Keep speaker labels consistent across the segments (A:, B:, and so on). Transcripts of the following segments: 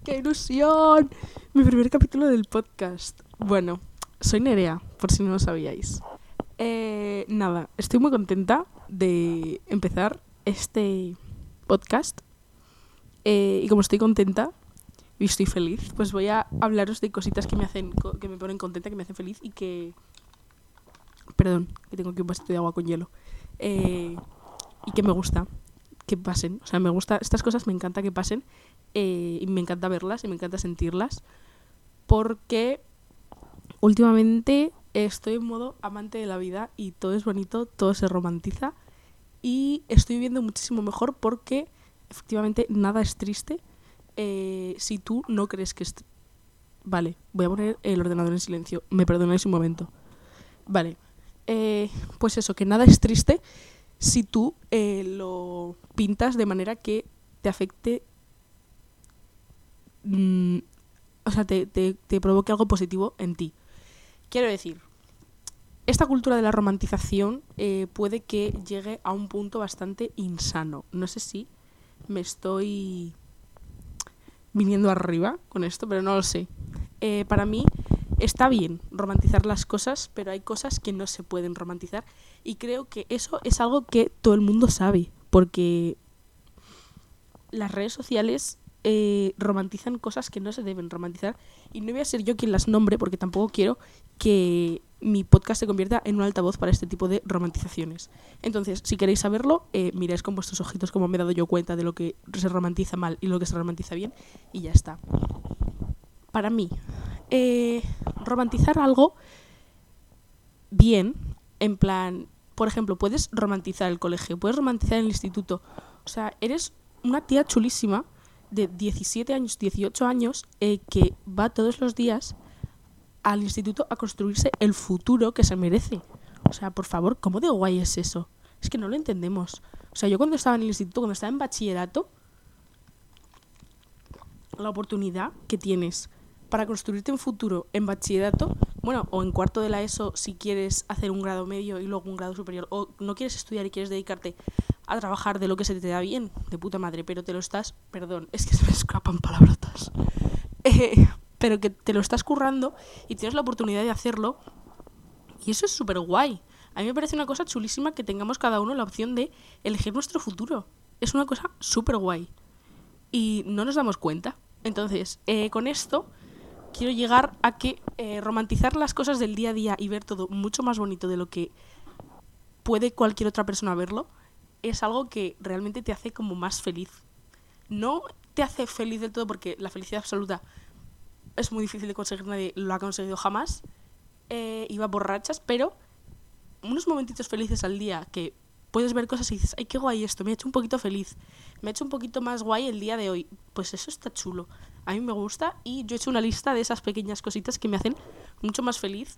A: ¡Qué ilusión! Mi primer capítulo del podcast. Bueno, soy Nerea, por si no lo sabíais. Nada, estoy muy contenta de empezar este podcast. Y como estoy contenta y estoy feliz, pues voy a hablaros de cositas que me ponen contenta, que me hacen feliz y que... Perdón, que tengo aquí un vasito de agua con hielo. Y que me gusta que pasen. O sea, me gusta... Estas cosas me encanta que pasen. Y me encanta verlas y me encanta sentirlas. Porque últimamente estoy en modo amante de la vida y todo es bonito, todo se romantiza. Y estoy viviendo muchísimo mejor porque efectivamente nada es triste si tú no crees que es... Vale, voy a poner el ordenador en silencio. Me perdonáis un momento. Vale. Pues eso, que nada es triste si tú lo pintas de manera que te afecte, o sea, te provoque algo positivo en ti. Quiero decir, esta cultura de la romantización puede que llegue a un punto bastante insano. No sé si me estoy viniendo arriba con esto, pero no lo sé. Para mí está bien romantizar las cosas, pero hay cosas que no se pueden romantizar. Y creo que eso es algo que todo el mundo sabe, porque las redes sociales romantizan cosas que no se deben romantizar. Y no voy a ser yo quien las nombre, porque tampoco quiero que mi podcast se convierta en un altavoz para este tipo de romantizaciones. Entonces, si queréis saberlo, miráis con vuestros ojitos cómo me he dado yo cuenta de lo que se romantiza mal y lo que se romantiza bien, y ya está. Para mí, romantizar algo bien, en plan, por ejemplo, puedes romantizar el colegio, puedes romantizar el instituto. O sea, eres una tía chulísima de 17 años, 18 años, que va todos los días al instituto a construirse el futuro que se merece. O sea, por favor, ¿cómo de guay es eso? Es que no lo entendemos. O sea, yo cuando estaba en el instituto, cuando estaba en bachillerato, la oportunidad que tienes para construirte un futuro en bachillerato, bueno, o en cuarto de la ESO si quieres hacer un grado medio y luego un grado superior, o no quieres estudiar y quieres dedicarte a trabajar de lo que se te da bien, de puta madre, pero te lo estás... Perdón, es que se me escapan palabrotas. Pero que te lo estás currando y tienes la oportunidad de hacerlo, y eso es súper guay. A mí me parece una cosa chulísima que tengamos cada uno la opción de elegir nuestro futuro. Es una cosa súper guay. Y no nos damos cuenta. Entonces, con esto quiero llegar a que romantizar las cosas del día a día y ver todo mucho más bonito de lo que puede cualquier otra persona verlo, es algo que realmente te hace como más feliz. No te hace feliz del todo, porque la felicidad absoluta es muy difícil de conseguir, nadie lo ha conseguido jamás, y va por rachas, pero unos momentitos felices al día que puedes ver cosas y dices, ay, qué guay esto, me ha hecho un poquito feliz, me ha hecho un poquito más guay el día de hoy, pues eso está chulo, a mí me gusta, y yo he hecho una lista de esas pequeñas cositas que me hacen mucho más feliz,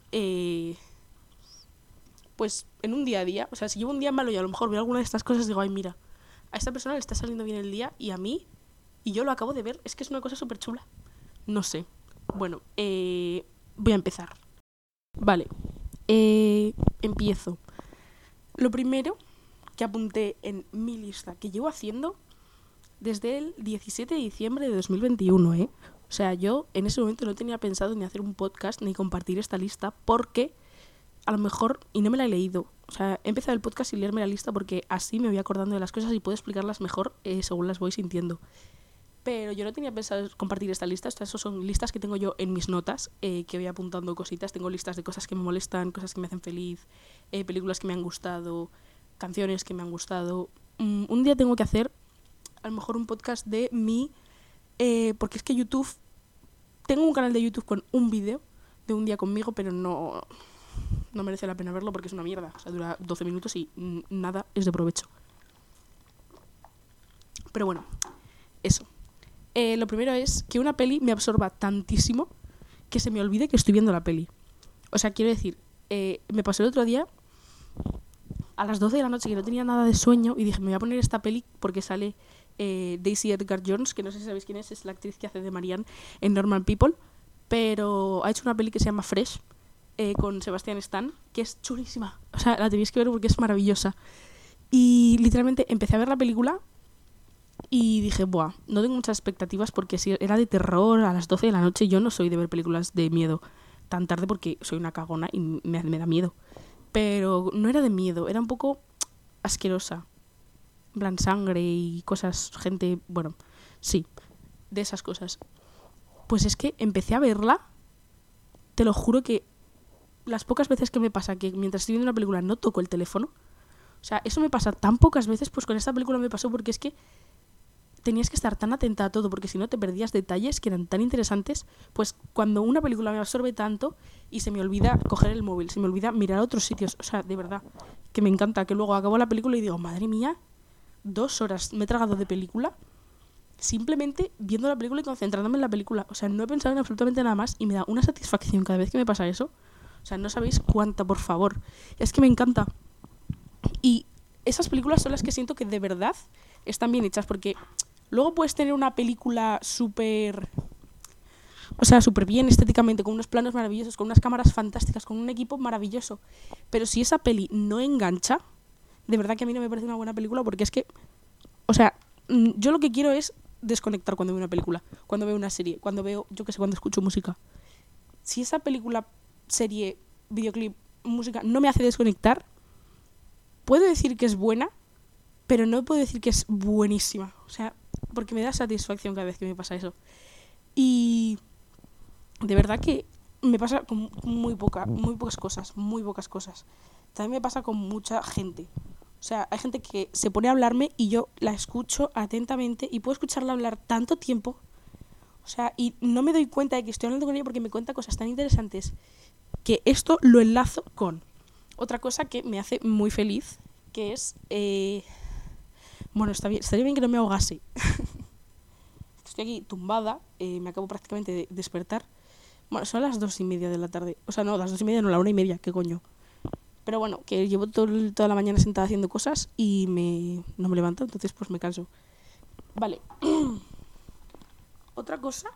A: pues en un día a día. O sea, si llevo un día malo y a lo mejor veo alguna de estas cosas, digo, ay, mira, a esta persona le está saliendo bien el día y a mí, y yo lo acabo de ver, es que es una cosa súper chula. No sé. Bueno, voy a empezar. Vale, empiezo. Lo primero que apunté en mi lista, que llevo haciendo desde el 17 de diciembre de 2021, O sea, yo en ese momento no tenía pensado ni hacer un podcast ni compartir esta lista porque a lo mejor, y no me la he leído, o sea, he empezado el podcast sin leerme la lista porque así me voy acordando de las cosas y puedo explicarlas mejor según las voy sintiendo. Pero yo no tenía pensado compartir esta lista. Estas son listas que tengo yo en mis notas, que voy apuntando cositas. Tengo listas de cosas que me molestan, cosas que me hacen feliz, películas que me han gustado, canciones que me han gustado. Un día tengo que hacer a lo mejor un podcast de mí, porque es que YouTube... Tengo un canal de YouTube con un vídeo de un día conmigo, pero no merece la pena verlo porque es una mierda. O sea, dura 12 minutos y nada es de provecho. Pero bueno, eso. Lo primero es que una peli me absorba tantísimo que se me olvide que estoy viendo la peli. O sea, quiero decir, me pasó el otro día a las 12 de la noche que no tenía nada de sueño y dije, me voy a poner esta peli porque sale Daisy Edgar Jones, que no sé si sabéis quién es la actriz que hace de Marianne en Normal People, pero ha hecho una peli que se llama Fresh, con Sebastian Stan, que es chulísima. O sea, la tenéis que ver porque es maravillosa. Y literalmente empecé a ver la película Y dije, buah, no tengo muchas expectativas porque si era de terror a las 12 de la noche, yo no soy de ver películas de miedo tan tarde porque soy una cagona y me da miedo. Pero no era de miedo, era un poco asquerosa. En plan, sangre y cosas, gente, bueno, sí, de esas cosas. Pues es que empecé a verla, te lo juro que las pocas veces que me pasa que mientras estoy viendo una película no toco el teléfono, o sea, eso me pasa tan pocas veces, pues con esta película me pasó porque es que tenías que estar tan atenta a todo porque si no te perdías detalles que eran tan interesantes, pues cuando una película me absorbe tanto y se me olvida coger el móvil, se me olvida mirar a otros sitios, o sea, de verdad, que me encanta, que luego acabo la película y digo, madre mía, 2 horas me he tragado de película simplemente viendo la película y concentrándome en la película, o sea, no he pensado en absolutamente nada más y me da una satisfacción cada vez que me pasa eso, o sea, no sabéis cuánta, por favor, es que me encanta. Y esas películas son las que siento que de verdad están bien hechas porque luego puedes tener una película súper, o sea, súper bien estéticamente, con unos planos maravillosos, con unas cámaras fantásticas, con un equipo maravilloso. Pero si esa peli no engancha, de verdad que a mí no me parece una buena película porque es que, o sea, yo lo que quiero es desconectar cuando veo una película, cuando veo una serie, cuando veo, yo qué sé, cuando escucho música. Si esa película, serie, videoclip, música no me hace desconectar, puedo decir que es buena, pero no puedo decir que es buenísima. O sea, porque me da satisfacción cada vez que me pasa eso. Y de verdad que me pasa con muy pocas cosas, muy pocas cosas. También me pasa con mucha gente. O sea, hay gente que se pone a hablarme y yo la escucho atentamente y puedo escucharla hablar tanto tiempo. O sea, y no me doy cuenta de que estoy hablando con ella porque me cuenta cosas tan interesantes que esto lo enlazo con otra cosa que me hace muy feliz, que es... bueno, estaría bien que no me ahogase. Estoy aquí tumbada, me acabo prácticamente de despertar. Bueno, son las 2:30 de la tarde. O sea, no, las 2:30 no, la 1:30, ¿qué coño? Pero bueno, que llevo toda la mañana sentada haciendo cosas y no me levanto, entonces pues me canso. Vale. Otra cosa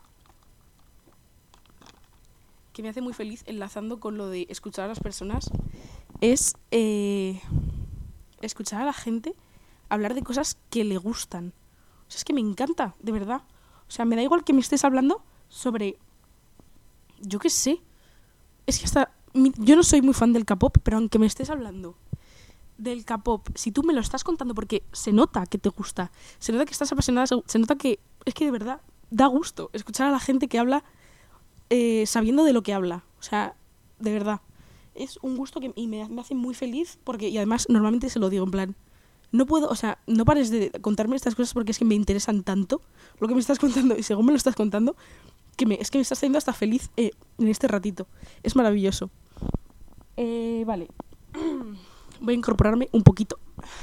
A: que me hace muy feliz, enlazando con lo de escuchar a las personas, es escuchar a la gente hablar de cosas que le gustan. O sea, es que me encanta, de verdad. O sea, me da igual que me estés hablando sobre... Yo qué sé. Es que hasta... Yo no soy muy fan del K-pop, pero aunque me estés hablando del K-pop, si tú me lo estás contando porque se nota que te gusta, se nota que estás apasionada, se nota que... Es que de verdad da gusto escuchar a la gente que habla sabiendo de lo que habla. O sea, de verdad. Es un gusto que me hace muy feliz porque... Y además, normalmente se lo digo en plan... No puedo, o sea, no pares de contarme estas cosas porque es que me interesan tanto lo que me estás contando y según me lo estás contando, es que me estás haciendo hasta feliz en este ratito. Es maravilloso. Vale. Voy a incorporarme un poquito.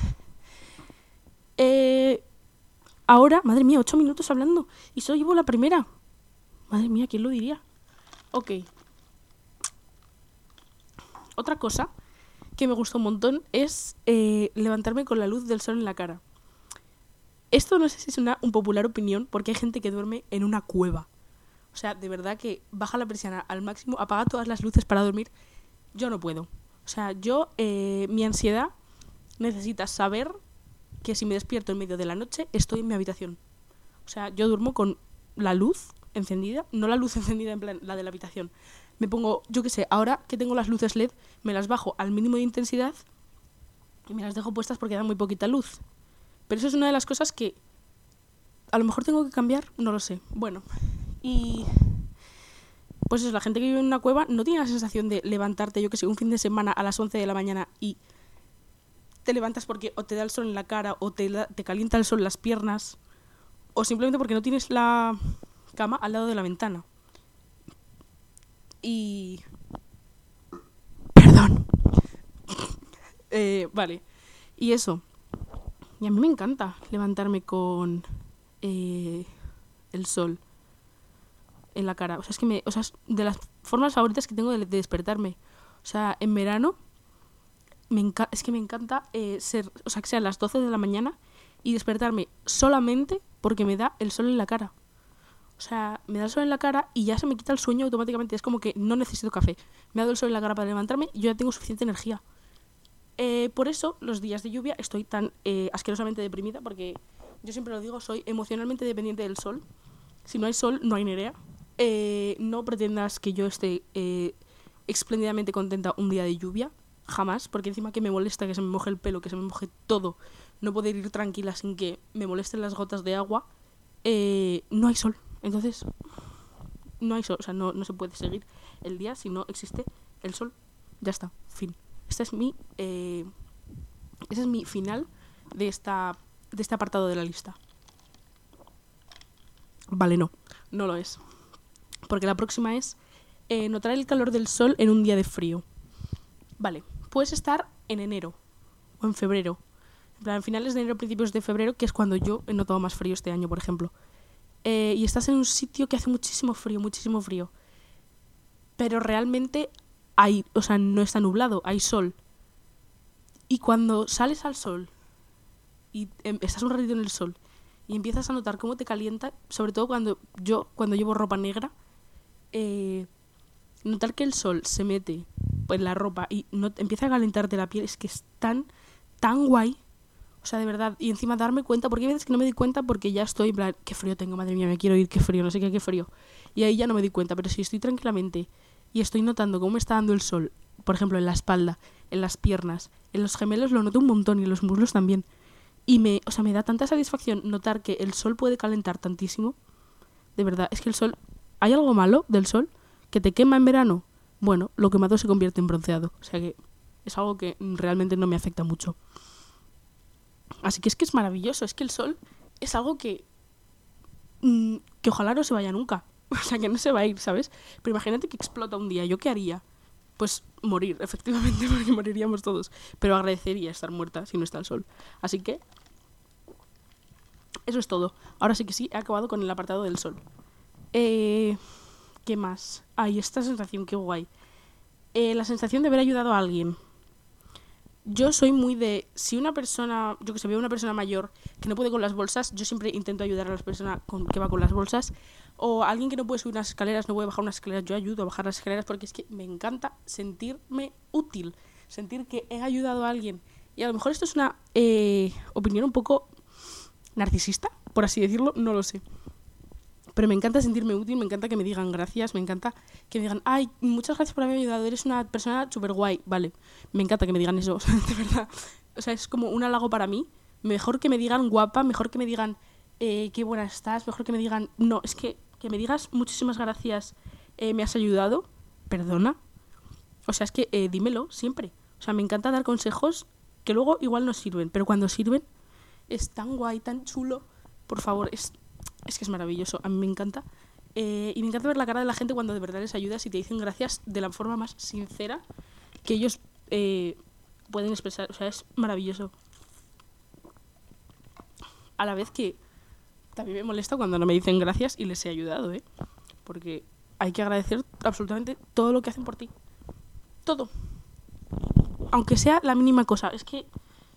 A: Ahora, madre mía, 8 minutos hablando y solo llevo la primera. Madre mía, ¿quién lo diría? Ok. Otra cosa que me gustó un montón es levantarme con la luz del sol en la cara. Esto no sé si es una popular opinión porque hay gente que duerme en una cueva. O sea, de verdad que baja la persiana al máximo, apaga todas las luces para dormir. Yo no puedo. O sea, mi ansiedad necesita saber que si me despierto en medio de la noche estoy en mi habitación. O sea, yo duermo con la luz encendida, no la luz encendida en plan la de la habitación. Me pongo, yo qué sé, ahora que tengo las luces LED, me las bajo al mínimo de intensidad y me las dejo puestas porque da muy poquita luz. Pero eso es una de las cosas que a lo mejor tengo que cambiar, no lo sé. Bueno, y pues eso, la gente que vive en una cueva no tiene la sensación de levantarte, yo qué sé, un fin de semana a las 11 de la mañana y te levantas porque o te da el sol en la cara o te calienta el sol en las piernas o simplemente porque no tienes la cama al lado de la ventana. Y... Perdón. Vale. Y eso. Y a mí me encanta levantarme con el sol en la cara. O sea, es de las formas favoritas que tengo de despertarme. O sea, en verano es que me encanta que sean las 12 de la mañana y despertarme solamente porque me da el sol en la cara. O sea, me da el sol en la cara y ya se me quita el sueño automáticamente. Es como que no necesito café. Me ha dado el sol en la cara para levantarme y yo ya tengo suficiente energía. Por eso, los días de lluvia estoy tan asquerosamente deprimida porque Yo siempre lo digo, soy emocionalmente dependiente del sol. Si no hay sol, no hay Nerea. No pretendas que yo esté espléndidamente contenta un día de lluvia. Jamás, porque encima que me molesta que se me moje el pelo, que se me moje todo, no poder ir tranquila sin que me molesten las gotas de agua, no hay sol. Entonces, no hay sol, o sea, no se puede seguir el día si no existe el sol. Ya está, fin. Este es mi final de este apartado de la lista. Vale, no lo es. Porque la próxima es notar el calor del sol en un día de frío. Vale, puedes estar en enero o en febrero. En plan, finales de enero, principios de febrero, que es cuando yo he notado más frío este año, por ejemplo. Y estás en un sitio que hace muchísimo frío. Pero realmente no está nublado, hay sol. Y cuando sales al sol y estás un ratito en el sol y empiezas a notar cómo te calienta, sobre todo cuando llevo ropa negra, notar que el sol se mete en la ropa y empieza a calentarte la piel, es que es tan guay. O sea, de verdad. Y encima darme cuenta, porque hay veces que no me doy cuenta porque ya estoy en plan, qué frío tengo, madre mía, me quiero ir, qué frío, no sé qué frío. Y ahí ya no me doy cuenta, pero si estoy tranquilamente y estoy notando cómo me está dando el sol, por ejemplo, en la espalda, en las piernas, en los gemelos lo noto un montón y en los muslos también. Y me da tanta satisfacción notar que el sol puede calentar tantísimo. De verdad, es que el sol... ¿Hay algo malo del sol? ¿Que te quema en verano? Bueno, lo quemado se convierte en bronceado. O sea que es algo que realmente no me afecta mucho. Así que es maravilloso. Es que el sol es algo que ojalá no se vaya nunca. O sea, que no se va a ir, ¿sabes? Pero imagínate que explota un día. ¿Yo qué haría? Pues morir, efectivamente, porque moriríamos todos. Pero agradecería estar muerta si no está el sol. Así que eso es todo. Ahora sí que sí, he acabado con el apartado del sol. ¿Qué más? Ay, esta sensación, qué guay. La sensación de haber ayudado a alguien. Yo soy muy de... Si una persona... Yo que sé, veo una persona mayor que no puede con las bolsas, yo siempre intento ayudar a las personas que va con las bolsas. O a alguien que no puede subir unas escaleras, no puede bajar unas escaleras, yo ayudo a bajar las escaleras porque es que me encanta sentirme útil. Sentir que he ayudado a alguien. Y a lo mejor esto es una opinión un poco narcisista, por así decirlo, no lo sé. Pero me encanta sentirme útil, me encanta que me digan gracias, me encanta que me digan, ay, muchas gracias por haberme ayudado, eres una persona súper guay. Vale, me encanta que me digan eso, de verdad. O sea, es como un halago para mí. Mejor que me digan guapa, mejor que me digan qué buena estás, mejor que me digan... No, es que me digas muchísimas gracias, me has ayudado, perdona. O sea, es que dímelo siempre. O sea, me encanta dar consejos que luego igual no sirven, pero cuando sirven es tan guay, tan chulo. Por favor, es que es maravilloso, a mí me encanta. Y me encanta ver la cara de la gente cuando de verdad les ayudas y te dicen gracias de la forma más sincera que ellos pueden expresar. O sea, es maravilloso. A la vez que también me molesta cuando no me dicen gracias y les he ayudado, porque hay que agradecer absolutamente todo lo que hacen por ti. Todo. Aunque sea la mínima cosa. Es que...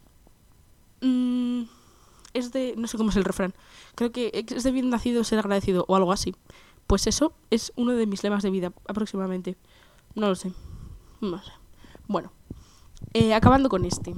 A: es de... No sé cómo es el refrán. Creo que es de bien nacido ser agradecido o algo así. Pues eso es uno de mis lemas de vida, aproximadamente. No lo sé. No sé. Bueno. Acabando con este.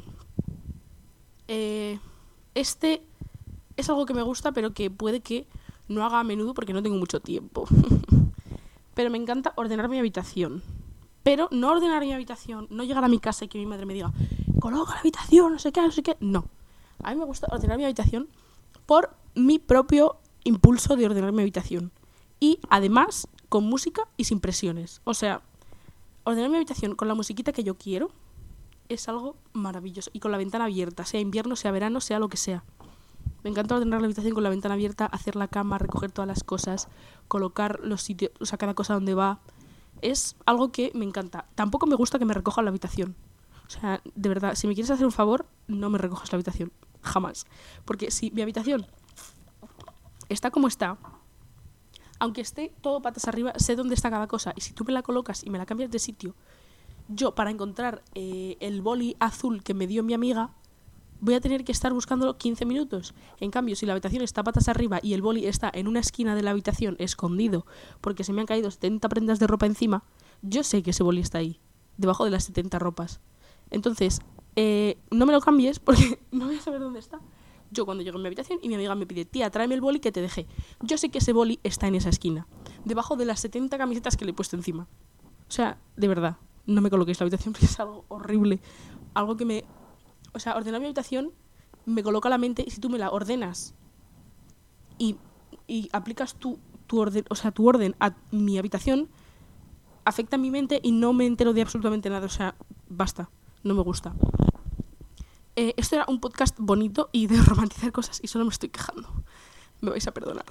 A: Este es algo que me gusta, pero que puede que no haga a menudo porque no tengo mucho tiempo. Pero me encanta ordenar mi habitación. Pero no ordenar mi habitación, no llegar a mi casa y que mi madre me diga, coloca la habitación, no sé qué. No. A mí me gusta ordenar mi habitación por mi propio impulso de ordenar mi habitación. Y además con música y sin presiones. O sea, ordenar mi habitación con la musiquita que yo quiero es algo maravilloso. Y con la ventana abierta, sea invierno, sea verano, sea lo que sea. Me encanta ordenar la habitación con la ventana abierta, hacer la cama, recoger todas las cosas, colocar los sitios, o sea, cada cosa donde va. Es algo que me encanta. Tampoco me gusta que me recojan la habitación. O sea, de verdad, si me quieres hacer un favor, no me recojas la habitación. Jamás. Porque si mi habitación está como está, aunque esté todo patas arriba, sé dónde está cada cosa. Y si tú me la colocas y me la cambias de sitio, yo para encontrar el boli azul que me dio mi amiga, voy a tener que estar buscándolo 15 minutos. En cambio, si la habitación está patas arriba y el boli está en una esquina de la habitación escondido porque se me han caído 70 prendas de ropa encima, yo sé que ese boli está ahí, debajo de las 70 ropas. Entonces, no me lo cambies porque no voy a saber dónde está. Yo cuando llego a mi habitación y mi amiga me pide, tía, tráeme el boli que te dejé. Yo sé que ese boli está en esa esquina, debajo de las 70 camisetas que le he puesto encima. O sea, de verdad, no me coloquéis la habitación porque es algo horrible. Algo que me... O sea, ordenar mi habitación me coloca la mente, y si tú me la ordenas y aplicas tu orden a mi habitación, afecta a mi mente y no me entero de absolutamente nada. O sea, basta, no me gusta. Esto era un podcast bonito y de romantizar cosas y solo me estoy quejando. Me vais a perdonar.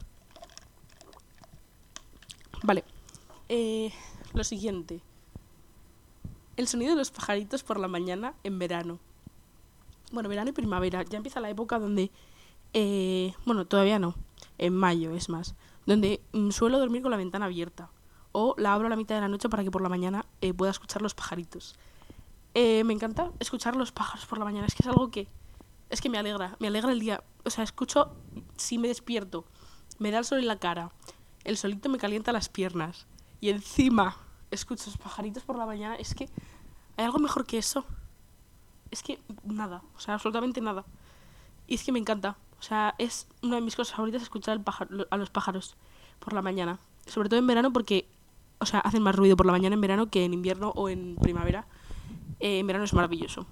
A: Vale. Lo siguiente. El sonido de los pajaritos por la mañana en verano. Bueno, verano y primavera. Ya empieza la época donde... bueno, todavía no. En mayo, es más. Donde suelo dormir con la ventana abierta. O la abro a la mitad de la noche para que por la mañana pueda escuchar los pajaritos. Me encanta escuchar los pájaros por la mañana. Es que es algo que... Es que me alegra el día. O sea, escucho... Si me despierto, me da el sol en la cara, el solito me calienta las piernas y encima escucho los pajaritos por la mañana. Es que hay algo mejor que eso. Es que nada, o sea, absolutamente nada. Y es que me encanta. O sea, es una de mis cosas favoritas escuchar a los pájaros por la mañana. Sobre todo en verano porque, o sea, hacen más ruido por la mañana en verano que en invierno o en primavera. En verano es maravilloso.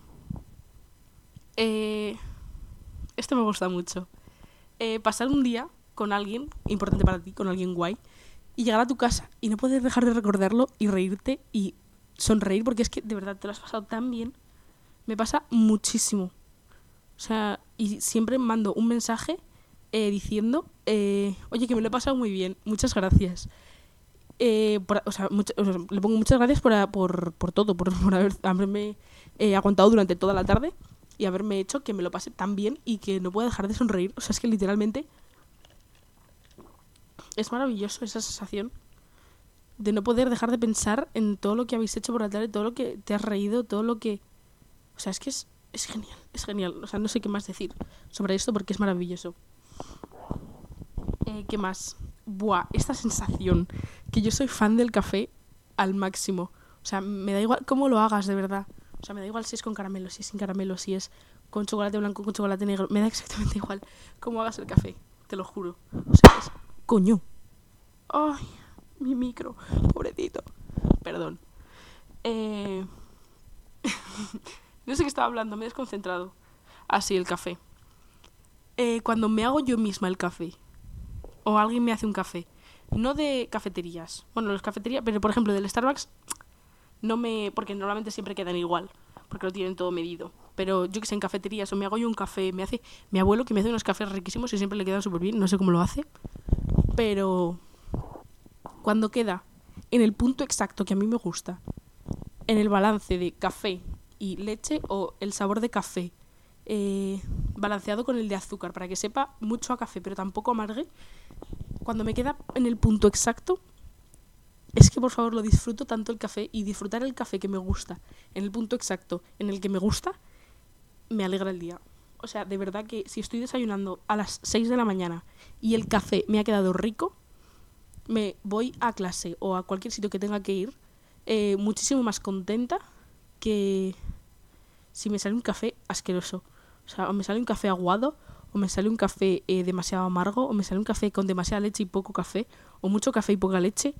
A: Esto me gusta mucho. Pasar un día con alguien importante para ti, con alguien guay, y llegar a tu casa y no poder dejar de recordarlo y reírte y sonreír porque es que de verdad te lo has pasado tan bien. Me pasa muchísimo. O sea, y siempre mando un mensaje diciendo, oye, que me lo he pasado muy bien, muchas gracias. Le pongo muchas gracias por todo, por haberme aguantado durante toda la tarde y haberme hecho que me lo pase tan bien y que no pueda dejar de sonreír. O sea, es que literalmente es maravilloso esa sensación de no poder dejar de pensar en todo lo que habéis hecho por la tarde, todo lo que te has reído, todo lo que... O sea, es que es genial, es genial. O sea, no sé qué más decir sobre esto porque es maravilloso. ¿Qué más? Buah, esta sensación, que yo soy fan del café al máximo. O sea, me da igual cómo lo hagas, de verdad. O sea, me da igual si es con caramelo, si es sin caramelo, si es con chocolate blanco, con chocolate negro. Me da exactamente igual cómo hagas el café, te lo juro. O sea, es... Coño. Ay, mi micro, pobrecito. Perdón. No sé qué estaba hablando, me he desconcentrado. Ah, sí, el café. Cuando me hago yo misma el café, o alguien me hace un café, no de cafeterías, bueno, los cafeterías, pero por ejemplo del Starbucks, no me... porque normalmente siempre quedan igual, porque lo tienen todo medido. Pero yo que sé, en cafeterías, o me hago yo un café, me hace mi abuelo que me hace unos cafés riquísimos y siempre le quedan súper bien, no sé cómo lo hace, pero cuando queda en el punto exacto que a mí me gusta, en el balance de café y leche, o el sabor de café balanceado con el de azúcar, para que sepa mucho a café, pero tampoco amargue, cuando me queda en el punto exacto, es que por favor lo disfruto tanto el café, y disfrutar el café que me gusta en el punto exacto en el que me gusta, me alegra el día. O sea, de verdad que si estoy desayunando a las 6 de la mañana y el café me ha quedado rico, me voy a clase o a cualquier sitio que tenga que ir muchísimo más contenta que si me sale un café asqueroso. O sea, o me sale un café aguado, o me sale un café demasiado amargo, o me sale un café con demasiada leche y poco café, o mucho café y poca leche.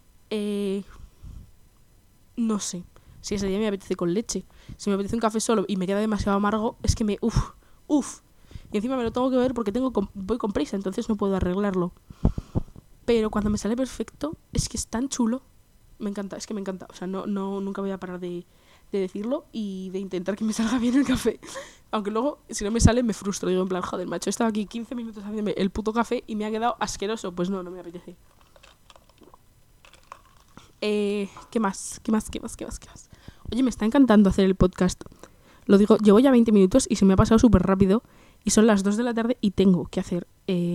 A: No sé si ese día me apetece con leche. Si me apetece un café solo y me queda demasiado amargo, es que me... Uf. Y encima me lo tengo que beber porque voy con prisa, entonces no puedo arreglarlo. Pero cuando me sale perfecto, es que es tan chulo. Me encanta, es que me encanta. O sea, nunca voy a parar de decirlo y de intentar que me salga bien el café. Aunque luego, si no me sale, me frustro. Digo, en plan, joder, macho, he estado aquí 15 minutos haciéndome el puto café y me ha quedado asqueroso. Pues no me apetece. ¿Qué más? Oye, me está encantando hacer el podcast. Lo digo, llevo ya 20 minutos y se me ha pasado súper rápido. Y son las 2 de la tarde y tengo que hacer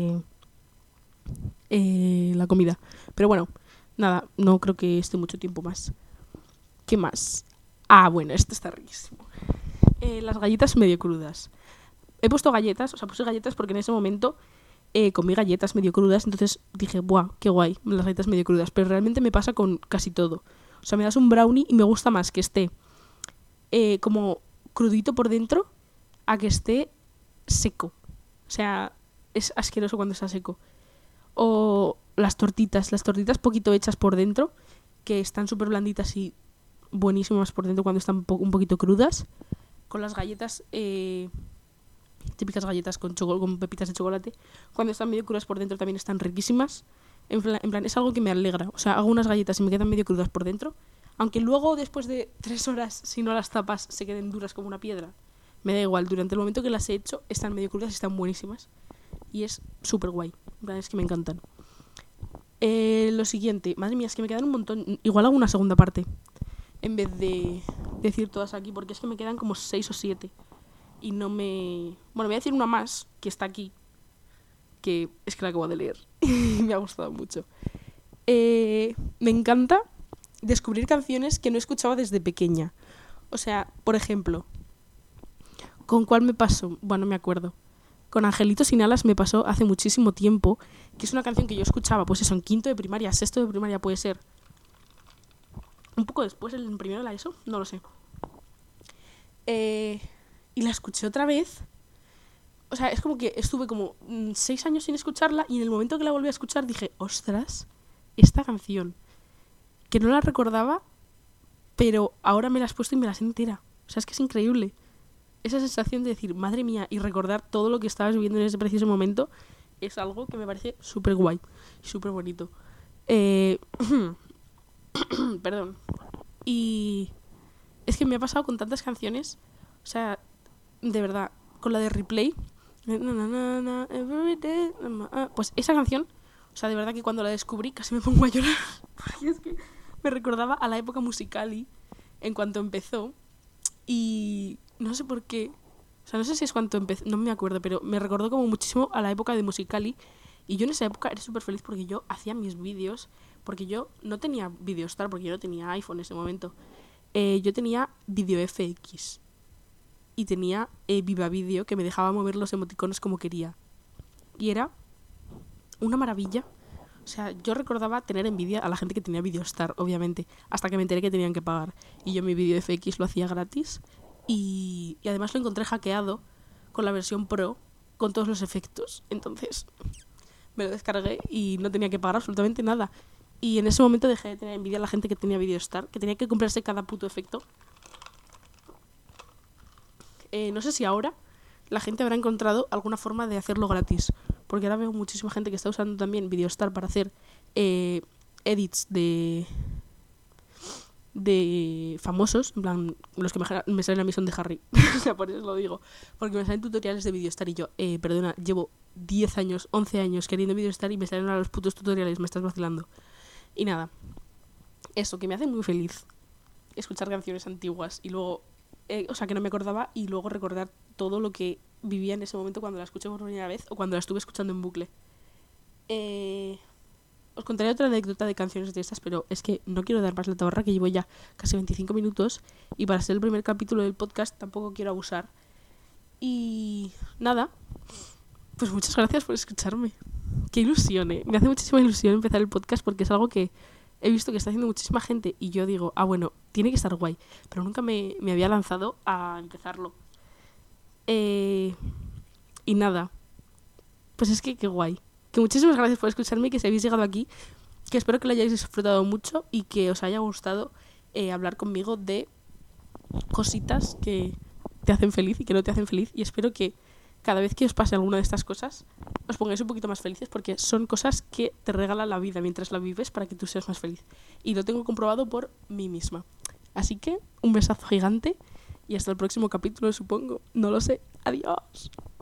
A: la comida. Pero bueno, nada, no creo que esté mucho tiempo más. ¿Qué más? Ah, bueno, esto está riquísimo. Las galletas medio crudas. He puesto galletas, puse galletas porque en ese momento comí galletas medio crudas. Entonces dije, ¡buah, qué guay! Las galletas medio crudas. Pero realmente me pasa con casi todo. O sea, me das un brownie y me gusta más que esté como crudito por dentro a que esté seco. O sea, es asqueroso cuando está seco. O las tortitas poquito hechas por dentro, que están súper blanditas y buenísimas por dentro cuando están un poquito crudas. Con las galletas, típicas galletas con pepitas de chocolate, cuando están medio crudas por dentro también están riquísimas. En plan, es algo que me alegra. O sea, hago unas galletas y me quedan medio crudas por dentro. Aunque luego, después de 3 horas, si no las tapas, se queden duras como una piedra. Me da igual, durante el momento que las he hecho, están medio crudas y están buenísimas. Y es súper guay. En plan, es que me encantan. Lo siguiente, madre mía, es que me quedan un montón. Igual hago una segunda parte, en vez de decir todas aquí, porque es que me quedan como 6 o 7. Y no me... Bueno, voy a decir una más, que está aquí, que es que la acabo de leer. Y me ha gustado mucho. Me encanta descubrir canciones que no escuchaba desde pequeña. O sea, por ejemplo, ¿con cuál me pasó? Bueno, me acuerdo. Con Angelitos sin alas me pasó hace muchísimo tiempo, que es una canción que yo escuchaba, pues eso, en 5º de primaria, 6º de primaria puede ser. Un poco después, en primero de la ESO, no lo sé. Y la escuché otra vez. O sea, es como que estuve como 6 años sin escucharla y en el momento que la volví a escuchar dije, ostras, esta canción, que no la recordaba, pero ahora me la has puesto y me la sé entera. O sea, es que es increíble. Esa sensación de decir, madre mía, y recordar todo lo que estabas viviendo en ese preciso momento es algo que me parece súper guay y súper bonito. Perdón. Y es que me ha pasado con tantas canciones. O sea, de verdad, con la de Replay, pues esa canción, o sea, de verdad que cuando la descubrí casi me pongo a llorar. Porque es que me recordaba a la época Musical.ly en cuanto empezó. Y no sé por qué, o sea, no sé si es cuando empezó, no me acuerdo, pero me recordó como muchísimo a la época de Musical.ly. Y yo en esa época era súper feliz porque yo hacía mis vídeos, porque yo no tenía Videostar, porque yo no tenía iPhone en ese momento. Yo tenía Video FX y tenía Viva Video, que me dejaba mover los emoticonos como quería. Y era una maravilla. O sea, yo recordaba tener envidia a la gente que tenía Videostar, obviamente, hasta que me enteré que tenían que pagar. Y yo mi Video FX lo hacía gratis. Y además lo encontré hackeado con la versión Pro, con todos los efectos. Entonces me lo descargué y no tenía que pagar absolutamente nada. Y en ese momento dejé de tener envidia a la gente que tenía Videostar, que tenía que comprarse cada puto efecto. No sé si ahora la gente habrá encontrado alguna forma de hacerlo gratis, porque ahora veo muchísima gente que está usando también Videostar para hacer edits de famosos, en plan, los que me salen a mí son de Harry. O sea, por eso lo digo, porque me salen tutoriales de Videostar y yo, perdona, llevo 10 años, 11 años queriendo Videostar y me salen a los putos tutoriales, me estás vacilando. Y nada, eso, que me hace muy feliz escuchar canciones antiguas y luego, o sea, que no me acordaba, y luego recordar todo lo que vivía en ese momento cuando la escuché por primera vez o cuando la estuve escuchando en bucle. Os contaré otra anécdota de canciones de estas, pero es que no quiero dar más la tabarra, que llevo ya casi 25 minutos y para ser el primer capítulo del podcast tampoco quiero abusar. Y nada, pues muchas gracias por escucharme. Qué ilusión, me hace muchísima ilusión empezar el podcast porque es algo que he visto que está haciendo muchísima gente y yo digo, bueno, tiene que estar guay, pero nunca me había lanzado a empezarlo. Y nada, pues es que qué guay. Que muchísimas gracias por escucharme, que si habéis llegado aquí, que espero que lo hayáis disfrutado mucho y que os haya gustado hablar conmigo de cositas que te hacen feliz y que no te hacen feliz, y espero que cada vez que os pase alguna de estas cosas os pongáis un poquito más felices, porque son cosas que te regalan la vida mientras la vives para que tú seas más feliz, y lo tengo comprobado por mí misma. Así que un besazo gigante y hasta el próximo capítulo, supongo, no lo sé. Adiós.